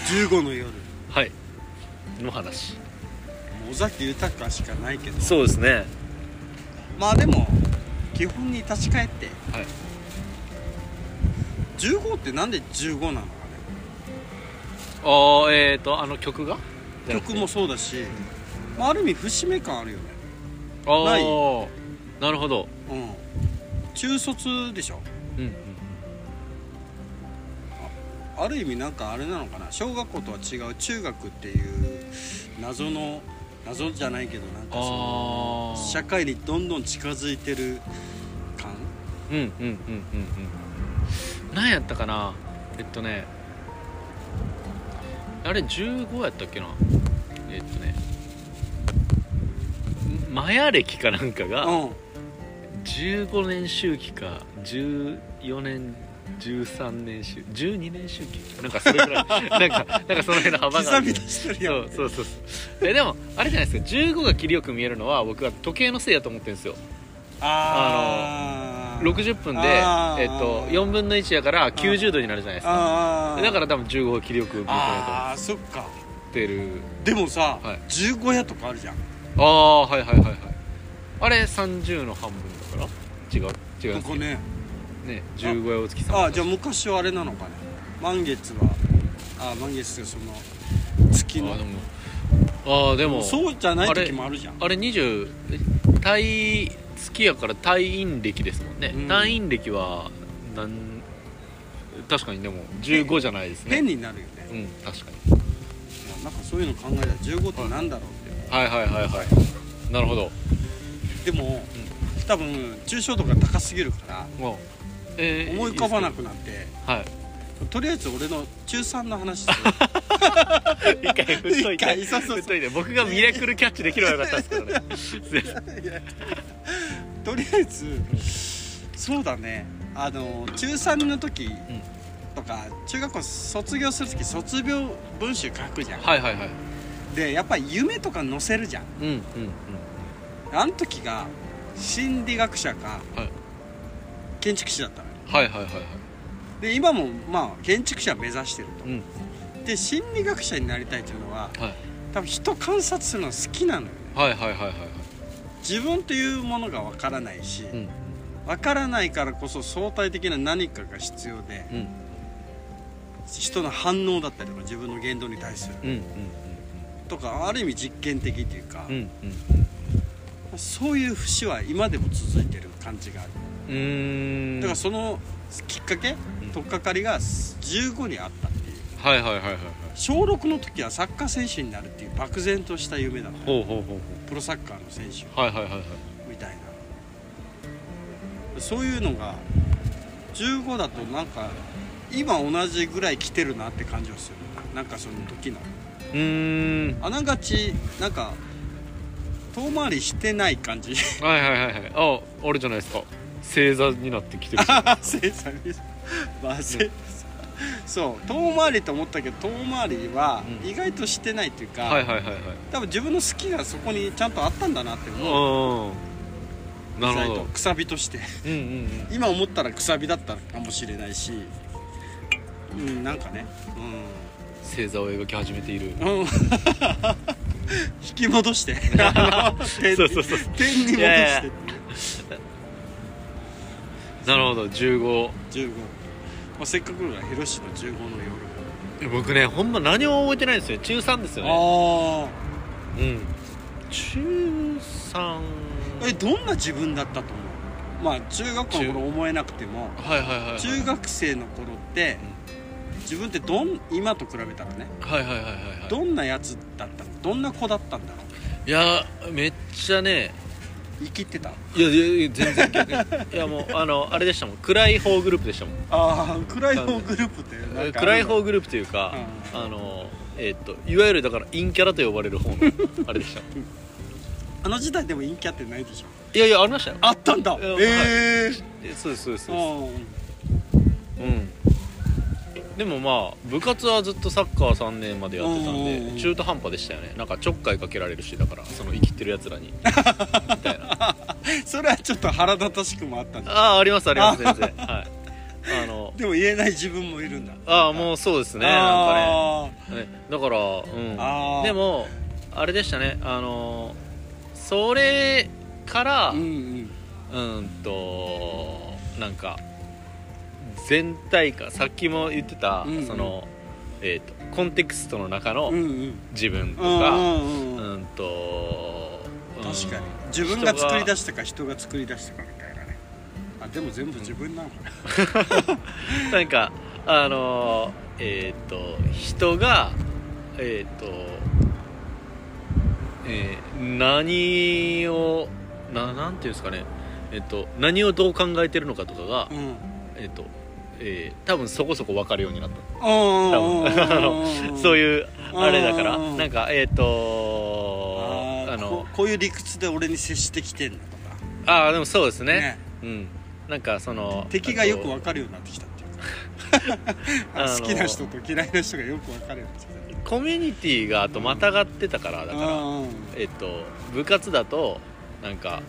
15の夜はいの話。 尾崎豊しかないけど、 そうですね。 まあでも基本に立ち返って、 はい、 15ってなんで15なのかね。 あの曲が曲もそうだし、まあ、ある意味節目感あるよね。 ないなるほど、 うん、中卒でしょ、 うんうん、 ある意味なんかあれなのかな、小学校とは違う中学っていう謎じゃないけど、なんかその社会にどんどん近づいてる感。 うんうんうんうんうん。何やったかな、あれ15やったっけな。マヤ歴かなんかが15年周期か14年13年周期12年周期なんかそれぐらいなんかその辺の幅がある。 刻み出してるやん。 そうでもあれじゃないですか、15が切りよく見えるのは僕は時計のせいだと思ってるんですよ。60分で4分の1やから90度になるじゃないですか。だから多分15が切りよく見えると思ってる。 でもさ、 はい、 15夜とかあるじゃん。 はいあれ30の半分だから違うここね 15夜お月様。 じゃあ昔はあれなのかね、満月は満月ってその月のでもそうじゃない時もあるじゃん。 あれ20月やから退院暦ですもんね、退院暦は確かにでも15じゃないですね。 変になるよね。 確かに。 なんかそういうの考えたら15ってなんだろうって。 はいなるほど。 でも、多分抽象度が高すぎるから、思い浮かばなくなって、 はい、 とりあえず俺の中3の話する。 一回振っといてそう僕がミラクルキャッチできればよかったですけどね。 とりあえず、そうだね、中3の時とか、中学校卒業する時卒業文集書くじゃん。でやっぱり夢とか載せるじゃん。あの時が心理学者か建築士だったの。で今もまあ建築士は目指してると、で心理学者になりたいというのは、多分人観察するの好きなのよね。自分というものが分からないし、分からないからこそ相対的な何かが必要で、人の反応だったりとか自分の言動に対する、とかある意味実験的というか、そういう節は今でも続いてる感じがある。だからそのきっかけ、取っかかりが15にあったっていう。小6の時はサッカー選手になるっていう漠然とした夢だった。プロサッカーの選手みたいな、そういうのが15だとなんか今同じぐらい来てるなって感じはする。なんかその時のあながちなんか遠回りしてない感じ。 あれじゃないですか、星座になってきてる。 星座にそう遠回りと思ったけど、遠回りは意外としてないというか、多分自分の好きがそこにちゃんとあったんだなって思う。なるほど。くさびとして今思ったらくさびだったかもしれないし、なんかね、 星座を描き始めている。 引き戻して点に戻して。 なるほど。15、 せっかくだからヒロシの15の夜。 僕ねほんま何も覚えてないんですよ。中3ですよね。中3 どんな自分だったと思う？まあ中学校の頃思えなくても、中学生の頃って自分って今と比べたらね、どんなやつだったの？どんな子だったんだろう？ いやめっちゃね生きてた？ いや全然逆にいやもうあれでしたもん。暗い方グループでしたもん。 暗い方グループって暗い方グループというか、いわゆるだから陰キャラと呼ばれる方のあれでした。 あの時代でも陰キャってないでしょ？ いやありましたよ。 あったんだ。 そうですでもまあ部活はずっとサッカー3年までやってたんで中途半端でしたよね。なんかちょっかいかけられるし、だからその生きてるやつらにみたいな。 それはちょっと腹立たしくもあったんだ。 あります全然。 でも言えない自分もいるんだ。 もうそうですね、なんかね、だから、でもあれでしたね、それからなんか全体感、さっきも言ってた、そのコンテクストの中の自分とか、 確かに自分が作り出したか人が作り出したかみたいなね。でも全部自分なのかな。 なんか人が何をなんていうんですかね、何をどう考えてるのかとかが、多分そこそこ分かるようになった。そういうあれだから、なんかこういう理屈で俺に接してきてんのとか。 でもそうですね。なんかその敵がよく分かるようになってきたっていうか好きな人と嫌いな人がよく分かるようになってきた。 コミュニティがあとまたがってたから、だから部活だとなんか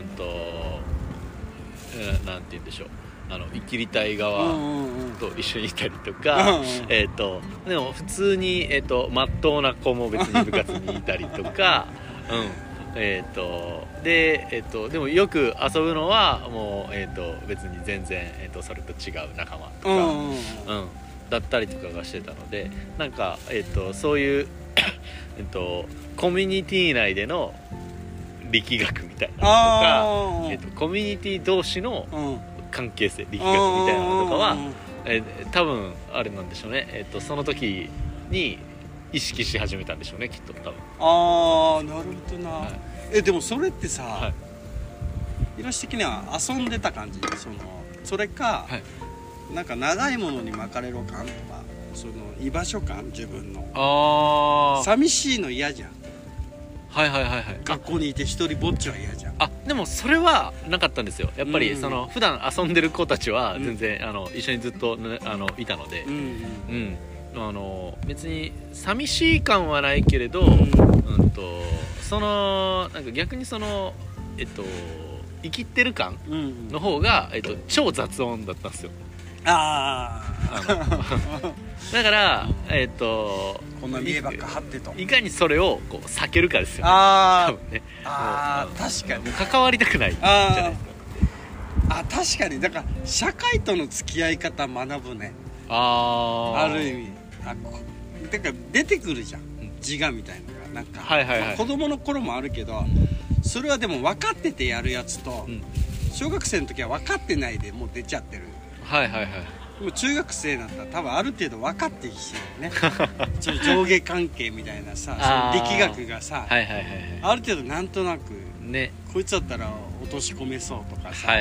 なんて言うんでしょう、生きりたい側と一緒にいたりとか、でも普通にまっとうな子も別に部活にいたりとかでもよく遊ぶのはもう別に全然それと違う仲間とかだったりとかがしてたので、なんかそういうコミュニティ内での力学みたいなのとか、コミュニティ同士の関係性、力学みたいなのとかは多分あれなんでしょうね、その時に意識し始めたんでしょうね、きっと多分。 なるほどな。でもそれってさ、イラス的には遊んでた感じ、それか、なんか長いものに巻かれろ感とか、その居場所感、自分の寂しいの嫌じゃん。学校にいて一人ぼっちは嫌じゃん。 でもそれはなかったんですよ、やっぱり。その普段遊んでる子たちは全然、一緒にずっといたので、別に寂しい感はないけれど、そのなんか逆にその生きてる感の方が、超雑音だったんですよ。だからこんな見えばっか張ってと、 いかにそれをこう避けるかですよね、多分ね。 確かに関わりたくないじゃないですか。 確かに、だから社会との付き合い方学ぶね。ある意味だから出てくるじゃん、自我みたいなのがなんか、子供の頃もあるけど、それはでも分かっててやるやつと、小学生の時は分かってないでもう出ちゃってる。でも中学生だったら多分ある程度分かってきてるね。上下関係みたいなさ、その力学がさ、ある程度なんとなく、こいつだったら落とし込めそうとかさ、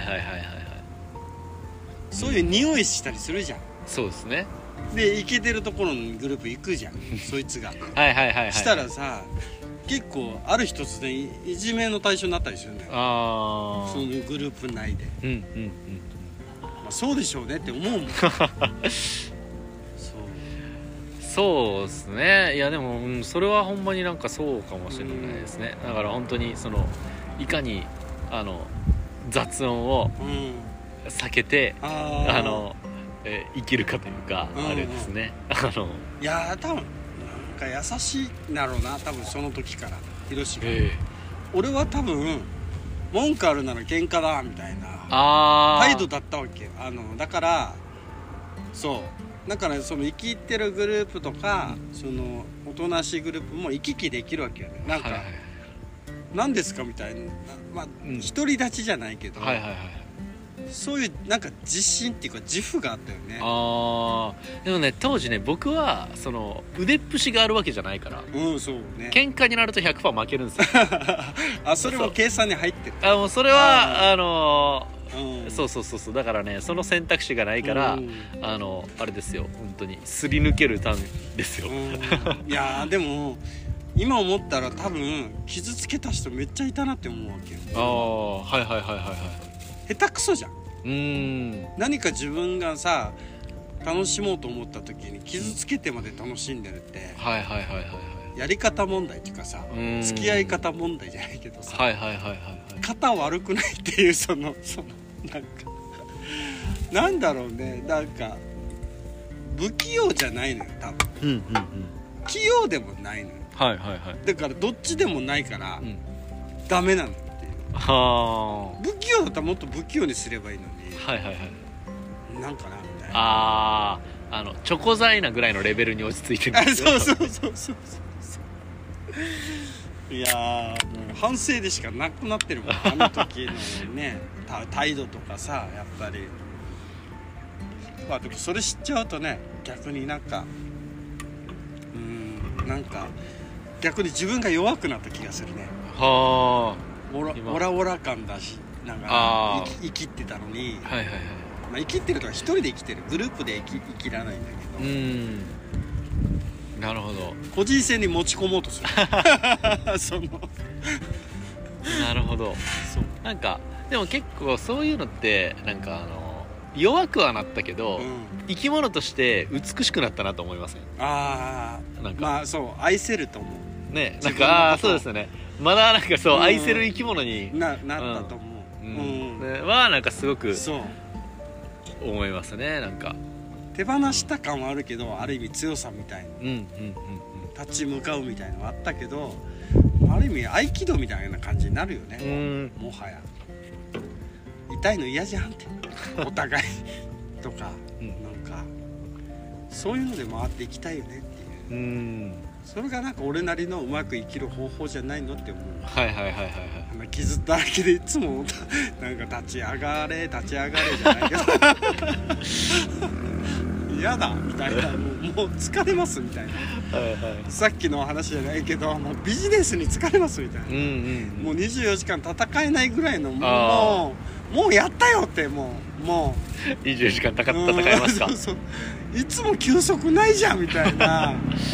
そういう匂いしたりするじゃん。 そうですね。 でイケてるところのグループ行くじゃん、そいつが。したらさ、結構ある日突然いじめの対象になったりするんだよ、そのグループ内で。そうでしょうねって思うもん。 そうですね。いやでも、それはほんまになんかそうかもしれないですね。だから本当にいかに雑音を避けて生きるかというか、あれですね。 いや多分なんか優しいんだろうな、多分その時からヒロシが、俺は多分文句あるなら喧嘩だみたいな態度だったわけよ。だからだからその生きてるグループとか、そのおとなしいグループも行き来できるわけよね。なんか、何ですかみたいな、独り立ちじゃないけど、そういうなんか自信っていうか自負があったよね。 でもね、当時ね、僕はその腕っぷしがあるわけじゃないから、 そうね、 喧嘩になると 100% 負けるんですよ。 それも計算に入ってる。 もうそれはそうだからね、その選択肢がないから、あれですよ、本当にすり抜けるためですよ。 いやでも今思ったら多分傷つけた人めっちゃいたなって思うわけよ。下手くそじゃん。何か自分がさ楽しもうと思った時に傷つけてまで楽しんでるって、やり方問題っていうかさ、付き合い方問題じゃないけどさ、型悪くないっていう、そのなんかなんだろうね、なんか不器用じゃないのよ多分、器用でもないのよ、だからどっちでもないから、ダメなのっていう。不器用だったらもっと不器用にすればいいのに、なんかなみたいな。 チョコ材なぐらいのレベルに落ち着いてるんですよ。 そういやもう反省でしかなくなってるもん、あの時のね態度とかさ、やっぱりでもそれ知っちゃうとね、逆になんかなんか逆に自分が弱くなった気がするね。オラオラ感だし、なんか生きってたのに、生きってるとか一人で生きてる、グループで生きらないんだけど、 なるほど、 個人戦に持ち込もうとするなるほど。そうなんかでも結構そういうのってなんか弱くはなったけど、生き物として美しくなったなと思いません？なんかまあそう愛せると思うね、なんかそうですよね、まだなんかそう、愛せる生き物になったと思う、 なんかすごく思いますね。なんか手放した感はあるけど、ある意味強さみたいな、立ち向かうみたいなのはあったけど、ある意味合気道みたいな感じになるよね、もはや。痛いの嫌じゃんってお互いとか、なんかそういうので回っていきたいよねっていう、それがなんか俺なりのうまく生きる方法じゃないのって思う。傷だらけでいつもなんか立ち上がれじゃないけど嫌だみたいな、もう疲れますみたいな、さっきの話じゃないけど、もうビジネスに疲れますみたいな、もう24時間戦えないぐらいの、もうやったよって、もう 24時間戦えますかいつも休息ないじゃんみたいな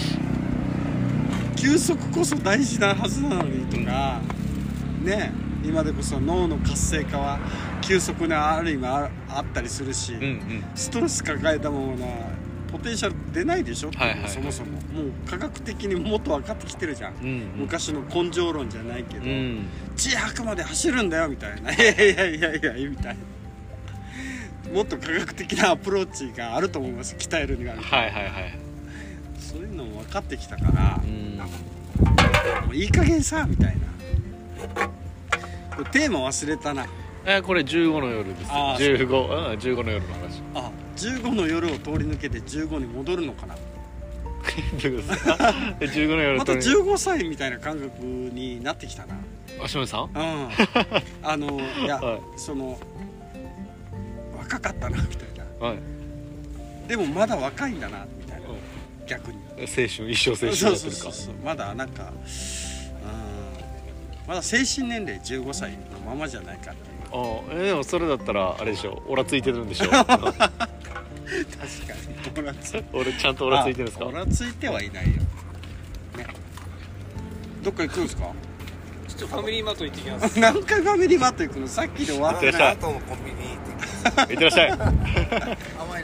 休息こそ大事なはずなのにとか、ね、今でこそ脳の活性化は休息にある意味あったりするし、ストレス抱えたままなポテンシャル出ないでしょって、そもそももう科学的にもっと分かってきてるじゃん、昔の根性論じゃないけど、血吐くまで走るんだよみたいな、いやみたいな、もっと科学的なアプローチがあると思います、鍛えるには。そういうのも分かってきたから、もういい加減さみたいな。これテーマ忘れたな。 これ15の夜です。15の夜の話。 15の夜を通り抜けて15に戻るのかな。 15の夜また15歳みたいな感覚になってきたな。 しめさん？ いや、その若かったなみたいな。でもまだ若いんだなみたいな。逆に。 一生青春やってるか。 まだなんか。まだ精神年齢15歳のままじゃないかっていう。 でもそれだったらあれでしょ、オラついてるんでしょ確かに俺ちゃんとオラついてるんですか？ オラついてはいないよ、ね、どっか行くんですか？ ちょっとファミリーマート行ってきます。 何回ファミリーマート行くの？さっきで終わってない。 後のコンビニ行ってらっしゃい。 甘いの食いたい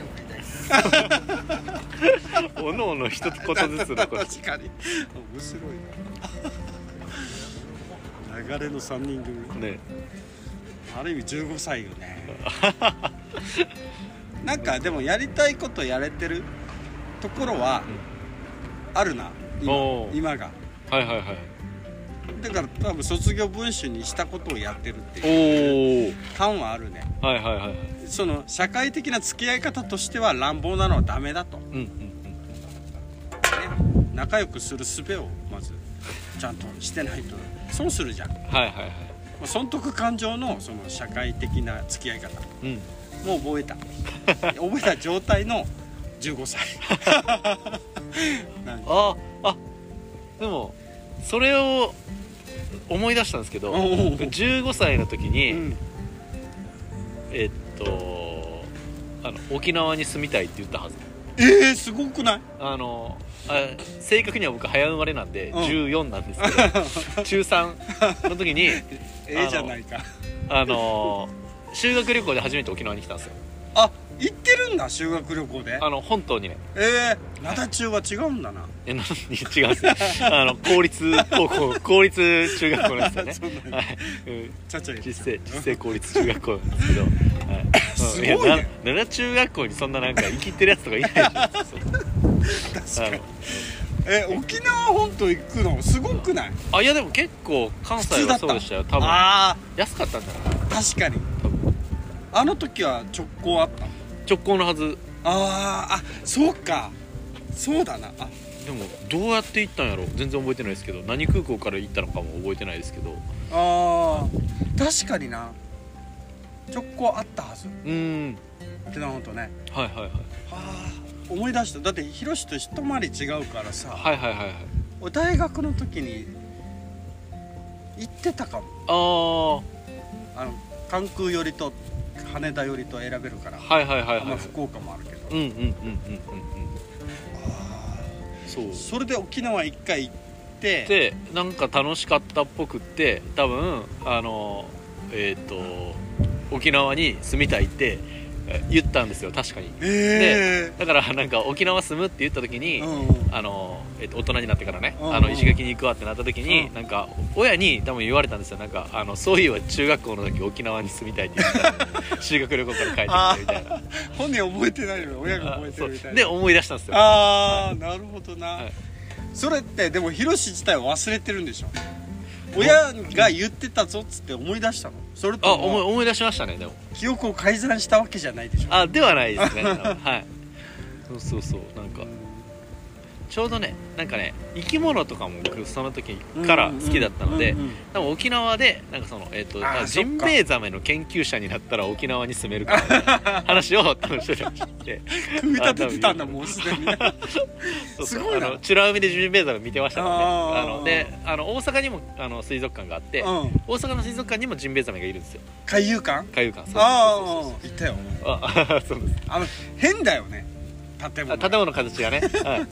です。 おのおの一言ずつの確かに面白いな。流れの3人組ね、ある意味15歳よね。なんかでもやりたいことやれてるところはあるな、今が。だから多分卒業文集にしたことをやってるっていう感はあるね。その社会的な付き合い方としては乱暴なのはダメだと、仲良くする術をまずちゃんとしてないと損するじゃん。損得感情のその社会的な付き合い方、もう覚えた状態の15歳。 でもそれを思い出したんですけど、15歳の時に、沖縄に住みたいって言ったはず。 すごくない？ 正確には僕早生まれなんで14なんですけど、中3の時にじゃないか。 修学旅行で初めて沖縄に来たんですよ。 行ってるんだ、修学旅行で。 本島にね。 灘中は違うんだな。 違うんですよ。公立高校、公立中学校なんですよね。実生公立中学校なんですけど、 すごいね。 奈良中学校にそんななんか生きてるやつとかいないじゃん。 確かに。沖縄本島行くのすごくない？ いやでも結構関西はそうでしたよ多分。安かったんじゃない？ 確かに。あの時は直行あった？ 直行のはず。 そうか、そうだな。 でもどうやって行ったんやろ全然覚えてないですけど、何空港から行ったのかも覚えてないですけど。 確かにな、直行あったはず。沖縄本島ね。 はいはいはい。 思い出した。だってヒロシと一回り違うからさ。 はいはいはいはい。 大学の時に行ってたかも。関空寄りと羽田寄りと選べるから。はいはいはいはい。福岡もあるけど。それで沖縄一回行ってでなんか楽しかったっぽくって、多分沖縄に住みたいって言ったんですよ確かに。でだからなんか沖縄住むって言った時に、大人になってからね、石垣に行くわってなった時に、なんか親に多分言われたんですよ。なんかそういうは中学校の時沖縄に住みたいって言った修学旅行から帰ってきてみたいな。 本人覚えてないの親が覚えてるみたいな。 で思い出したんですよ。 なるほどな。それってでもヒロシ自体は忘れてるんでしょ？親が言ってたぞっつって思い出したの？それとも思い出しましたね。でも記憶を改ざんしたわけじゃないでしょ？ ではないですね。はい。そうなんかちょうどね、なんかね生き物とかも僕その時から好きだったので、多分沖縄でなんかそのジンベエザメの研究者になったら沖縄に住めるかみたいな話を多分してたりして組み立ててたんだもうすでに。すごいな。 美ら海でジンベエザメ見てましたので、大阪にも水族館があって、大阪の水族館にもジンベエザメがいるんですよ。 海遊館。 行ったよ。 そうです。 変だよね、建物の形がね。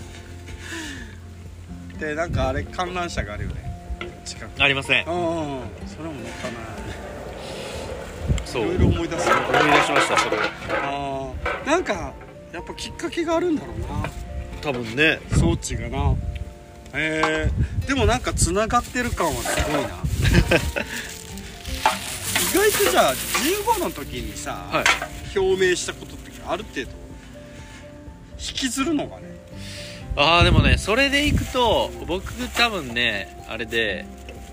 でなんかあれ観覧車があるよね、近く。 ありますね。 それも乗ったな。 そう、 いろいろ思い出しましたそれ。 なんかやっぱきっかけがあるんだろうな、 多分ね、 装置がな。でもなんかつながってる感はすごいな。意外とじゃあ15の時にさ、表明したことってある程度引きずるのがね。 でもね、それでいくと僕多分ねあれで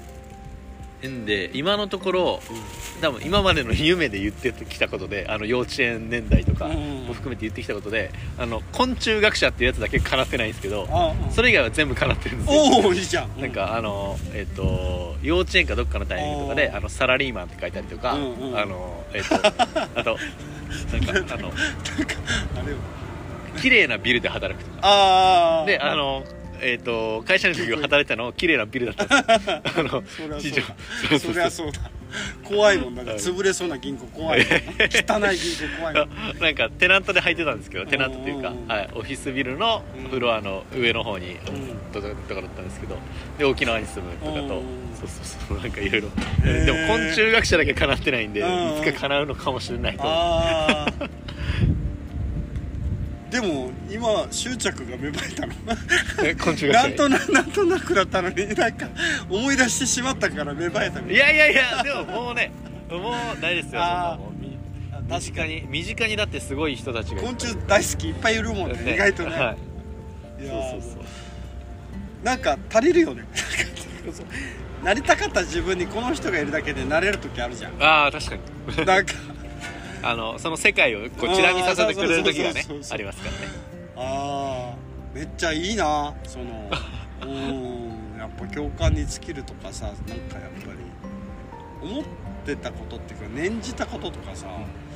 今のところ、多分今までの夢で言ってきたことで、幼稚園年代とかも含めて言ってきたことで、昆虫学者っていうやつだけ叶ってないんですけど、それ以外は全部叶ってるんですよ。 いいじゃん。 なんか幼稚園かどっかのタイミングとかでサラリーマンって書いたりとか、あとなんかあれよ、綺麗なビルで働くとかで、会社の時働いたの綺麗なビルだったんですよ。 そりゃそうだ。怖いもんだって、潰れそうな銀行怖いもん。汚い銀行怖いもん。 なんかテナントで入ってたんですけど、テナントっていうか、オフィスビルのフロアの上の方にとかだったんですけど、で沖縄に住むとかと、そうなんかいろいろ。でも昆虫学者だけ叶ってないんで、いつか叶うのかもしれないと。 でも今執着が芽生えたの。 昆虫学者なんとなくだったのに、なんか思い出してしまったから芽生えた。 いやでももうね、もうないですよ。確かに身近にだってすごい人たちが昆虫大好きいっぱいいるもんね、意外とね。そうなんか足りるよね。なりたかった自分にこの人がいるだけでなれる時あるじゃん。 確かに。 なんかその世界をこうチラ見させてくれる時がねありますからね。 めっちゃいいな。やっぱ共感に尽きるとかさ、なんかやっぱり思ってたことっていうか念じたこととかさ、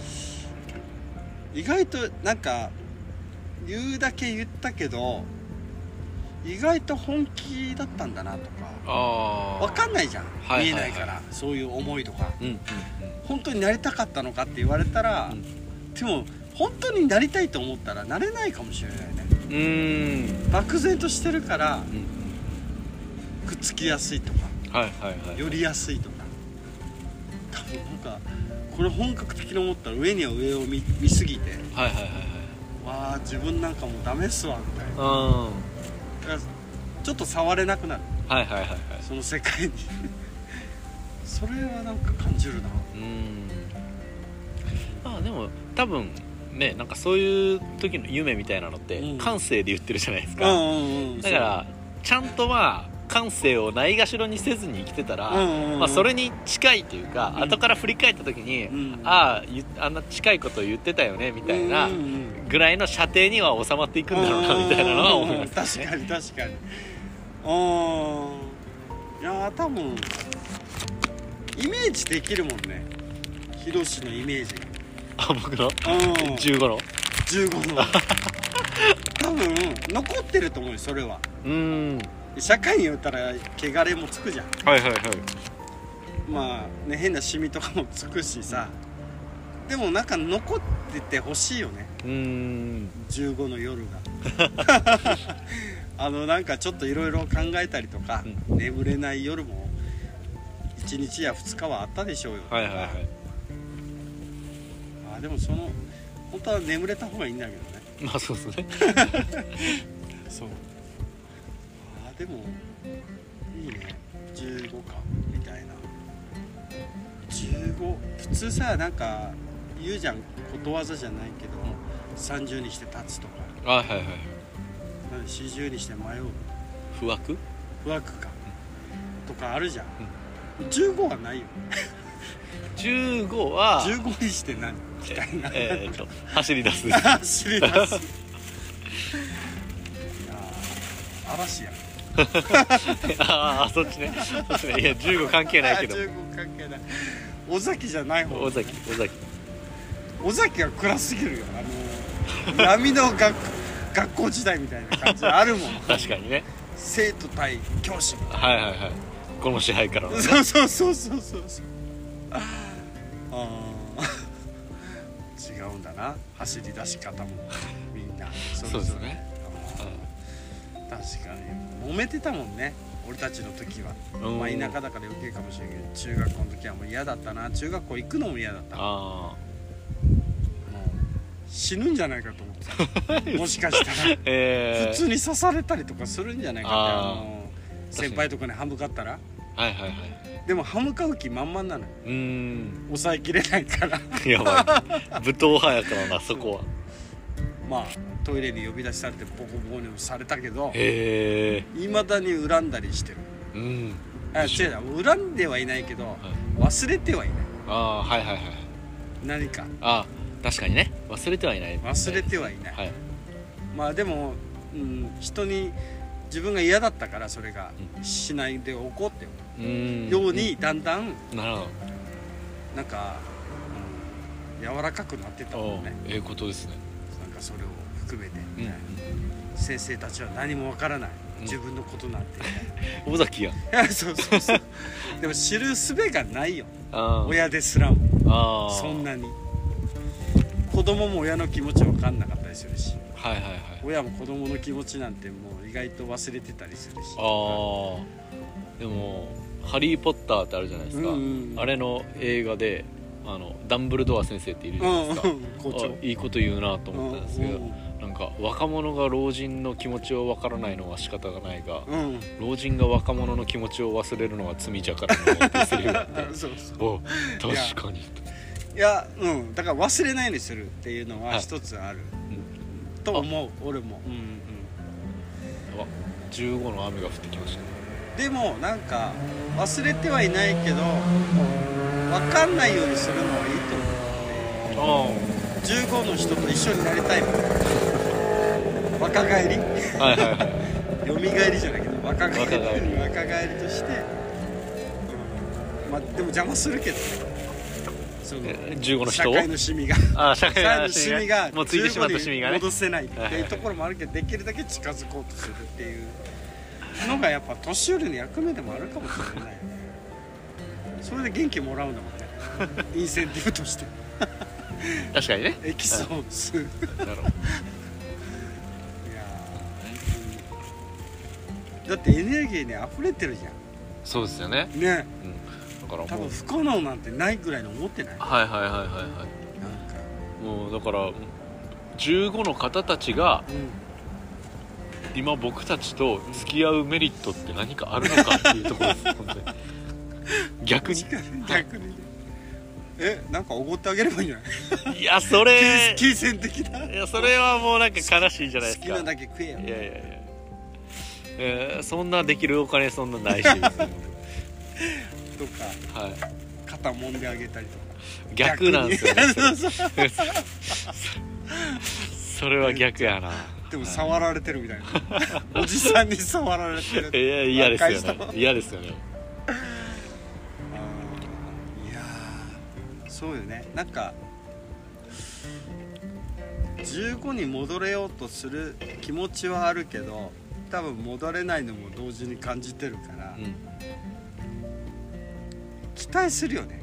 意外となんか言うだけ言ったけど意外と本気だったんだなとか分かんないじゃん、見えないから、そういう思いとか、本当になりたかったのかって言われたら、でも本当になりたいと思ったらなれないかもしれないね。漠然としてるから、くっつきやすいとか、寄りやすいとか、多分なんかこれ本格的に思ったら上には上を 見すぎて、わあ自分なんかもうダメっすわみたいな、だからちょっと触れなくなる、その世界に。それはなんか感じるな。 まあでも多分ね、なんかそういう時の夢みたいなのって感性で言ってるじゃないですか、だからちゃんとまあ感性をないがしろにせずに生きてたら、まあ、それに近いというか、後から振り返った時に、あんな近いことを言ってたよねみたいなぐらいの射程には収まっていくんだろうなみたいなのは思いますね。 確かに確かに。いや多分イメージできるもんね、ヒロシのイメージが。 僕の15の多分残ってると思うよ、それは。社会に言ったら汚れもつくじゃん。まあね、変なシミとかもつくしさ、でもなんか残っててほしいよね。15の夜がなんかちょっといろいろ考えたりとか、眠れない夜も1日や2日はあったでしょうよ。でも本当は眠れた方がいいんだけどね。 まあそうですね。 そう。でもいいね、15かみたいな。15普通さ、なんか言うじゃん、ことわざじゃないけど、30にして立つとか、40にして迷う、 不惑かとかあるじゃん。15はないよ。 15は 15にして何みたいな。 走り出す。 嵐や。 そっちね。いや15関係ないけど。 15関係ない。尾崎じゃない方。 尾崎は暗すぎるよ。闇の学校時代みたいな感じあるもん。 確かにね。 生徒対教師。 この支配からのね。 そう違うんだな、走り出し方もみんな。 そうですね。 確かに揉めてたもんね、俺たちの時は。まあ田舎だから余計かもしれないけど、中学校の時はもう嫌だったな。中学校行くのも嫌だった。もう死ぬんじゃないかと思ってた。もしかしたら、普通に刺されたりとかするんじゃないかって、先輩とかに歯向かったら。でも歯向かう気満々なのよ。抑えきれないから。 やばい、武闘派やからな、そこは。 まあトイレに呼び出しされてボコボコにされたけど、いまだに恨んだりしてる。違う、恨んではいないけど、忘れてはいない。何か確かにね、忘れてはいない。まあでも、人に自分が嫌だったから、それがしないでおこうってようにだんだんなんか柔らかくなってたもんね。 ことですね。 なんかそれを含めて、先生たちは何もわからない、自分のことなんて。 尾崎やん。 そうでも知る術がないよ、親ですらも。そんなに子供も親の気持ち分かんなかったりするし、親も子供の気持ちなんてもう意外と忘れてたりするし。 でもハリーポッターってあるじゃないですか、あれの映画でダンブルドア先生っているじゃないですか。いいこと言うなと思ったんですけど、なんか若者が老人の気持ちを分からないのは仕方がないが、老人が若者の気持ちを忘れるのは罪じゃからねってセリフがあって、確かに。 いや、だから忘れないようにするっていうのは一つある、と思う、俺も。 15の雨が降ってきましたね。 でもなんか忘れてはいないけど、分かんないようにするのはいいと思う。15の人と一緒になりたいもん。若返りよみがえりじゃないけど、若返りとして、まあでも邪魔するけどね、その 15の人社会のシミがもうついてしまったシミがね、 戻せないっていうところもあるけど、できるだけ近づこうとするっていうのがやっぱ年寄りの役目でもあるかもしれないよね。それで元気もらうんだもんね、インセンティブとして。 確かにね、 エキソース。いやだってエネルギーに溢れてるじゃん。 そうですよね。 ね、 だから多分不可能なんてないぐらいの思ってない。なんかもうだから15の方たちが、今僕たちと付き合うメリットって何かあるのかっていうところです。本当に逆になんかおごってあげればいいんじゃない？ いやそれ金銭的な。 いやそれはもうなんか悲しいじゃないですか。 好きなだけ食えよ。 いやそんなできるお金そんなないしとか、 はい、肩揉んであげたりとか。 逆なんですよね。それは逆やな。 でも触られてるみたいな、おじさんに触られてる。 いや嫌ですよね。嫌ですよね。 いやそうよね。なんか15に戻れようとする気持ちはあるけど、多分戻れないのも同時に感じてるから、期待するよね。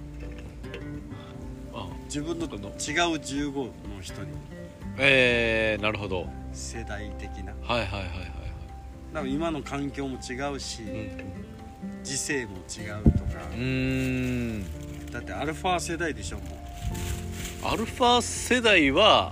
自分の違う15の人に。 なるほど。 世代的な。 はいはいはいはい。 多分今の環境も違うし、時勢も違うとか。だってアルファ世代でしょもう。アルファ世代は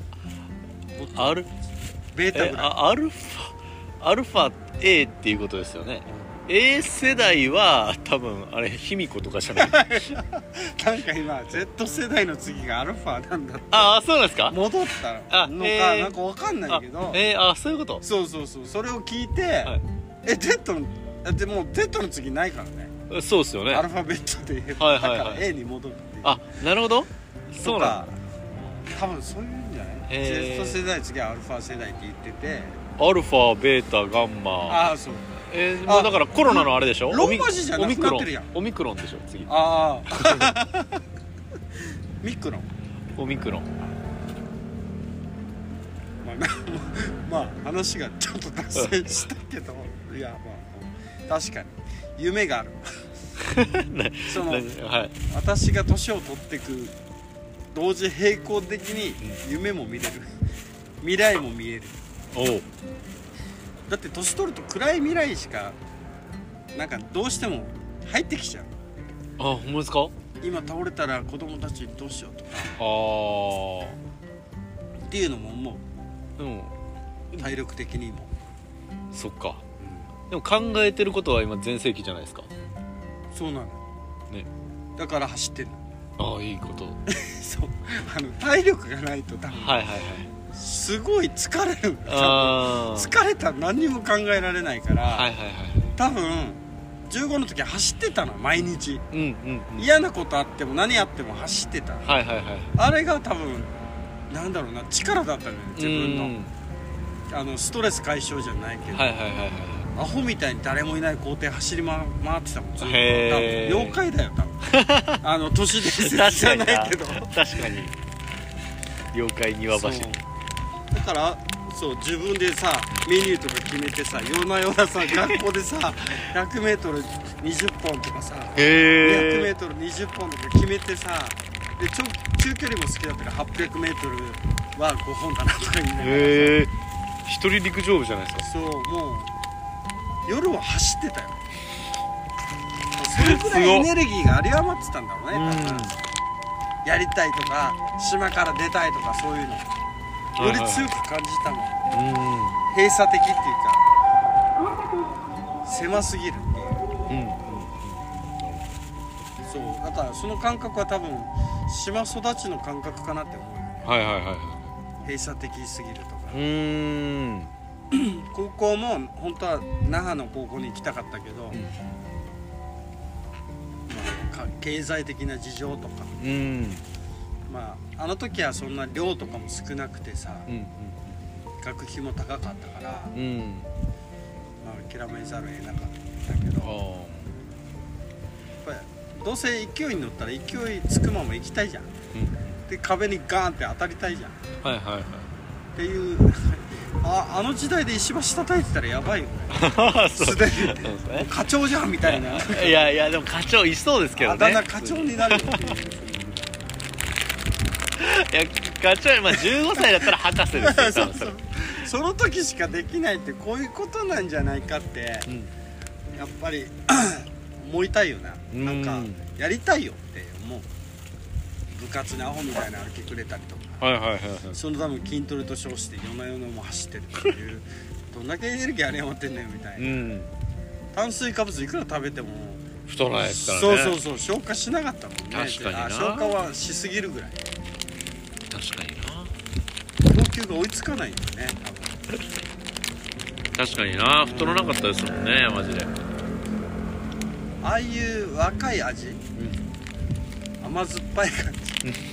ベータぐらい。 アルファ A っていうことですよね。A 世代は多分あれ卑弥呼とかじゃない。なんか今 Z 世代の次がアルファなんだって。 そうなんですか。 戻ったのか、なんか分かんないけど。 そういうこと。 そうそれを聞いて、Z のでも Z の次ないからね。 そうですよね。 アルファベットで言えば、だから A に戻るっていう。 なるほど。そうなんだ。 多分そういうんじゃない。Z 世代次はアルファ世代って言ってて、 アルファベータガンマ。 そう。 もうだからコロナのあれでしょ。 ローマ字じゃなくなってるやん。 オミクロンでしょ次。 ミクロン。 オミクロン。 まあ話がちょっと脱線したけど、いや確かに夢がある。その、私が年を取っていく同時並行的に夢も見れる、未来も見える。だって年取ると暗い未来しかなんかどうしても入ってきちゃう。 ほんまですか。 今倒れたら子供たちにどうしようとかっていうのも思う。体力的にも。 そっか、でも考えてることは今全盛期じゃないですか。 そうなのね。だから走ってんの。 いいことそう体力がないと多分すごい疲れる。疲れたら何にも考えられないから、多分15の時は走ってたの毎日。嫌なことあっても何やっても走ってた。あれが多分なんだろうな、力だったのよ自分の。ストレス解消じゃないけど、アホみたいに誰もいない校庭走り回ってたもんずっと。多分妖怪だよ多分。都市伝説じゃないけど。 確かに妖怪庭走りだからそう自分でさメニューとか決めてさ、夜な夜なさ学校でさ 100m20 本とかさ 200m20 本とか決めてさ、で中距離も好きだったから 800m は5本だなとか言いながらさ、 一人陸上部じゃないですか。 そうもう夜は走ってたよ。それくらいエネルギーが有り余ってたんだろうね多分。やりたいとか島から出たいとかそういうのより強く感じたもん。閉鎖的っていうか狭すぎるっていう。そうだからその感覚は多分島育ちの感覚かなって思うよね。閉鎖的すぎるとか。高校も本当は那覇の高校に行きたかったけど、経済的な事情とか、あの時はそんな量とかも少なくてさ、学費も高かったから、諦めざるを得なかったけど、やっぱりどうせ勢いに乗ったら勢いつくまま行きたいじゃん。で壁にガーンって当たりたいじゃん。っていうあの時代で石橋叩いてたらやばいよね。すでに課長じゃんみたいな。 いやでも課長いそうですけどね。 だんだん課長になるっていう。 いや課長15歳だったら博士ですよ。 その時しかできないってこういうことなんじゃないかって、やっぱり思いたいよな。なんかやりたいよって思う。部活にアホみたいな歩きくれたりとか、そのため筋トレと称して夜な夜なも走ってるっていうどんだけエネルギーあり余ってんねんみたいな。炭水化物いくら食べても太らないですからね。 そうそうそう、消化しなかったもんね。 確かにな。 消化はしすぎるぐらい。 確かにな。 供給が追いつかないよね、多分。 確かにな、太らなかったですもんね、マジで。 ああいう若い味、甘酸っぱい感じ、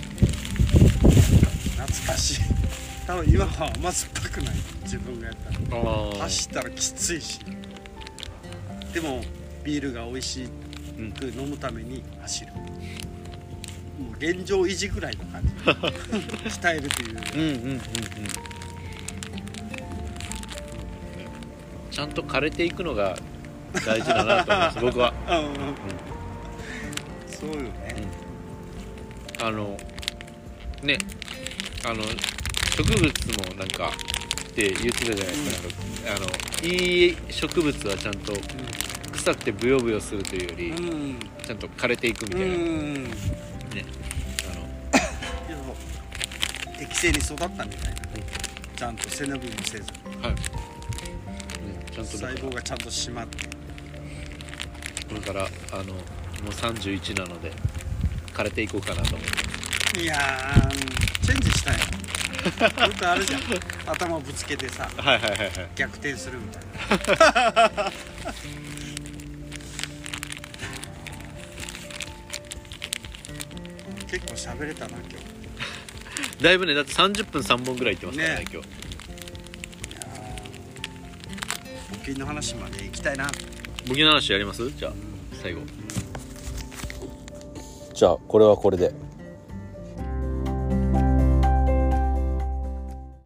懐かしい。多分今は甘酸っぱくない、自分がやったら。走ったらきついし、でもビールが美味しく飲むために走る、もう現状維持ぐらいの感じ鍛えるという、 ちゃんと枯れていくのが大事だなと思います僕は。 そうよね。 ね、植物もなんかって言ってたじゃないですか、いい植物はちゃんと腐ってブヨブヨするというより、ちゃんと枯れていくみたいな、ね、 適正に育ったみたいな、ちゃんと背伸びもせず、ちゃんと細胞がちゃんと締まって、 これからもう31なので枯れていこうかなと思って。 いやチェンジしたいよよくあるじゃん、頭ぶつけてさ、逆転するみたいな結構喋れたな今日。 だいぶね、だって30分3本ぐらいいってますからね今日。いや募金の話まで行きたいな。 募金の話やります？じゃあ最後、じゃあこれはこれで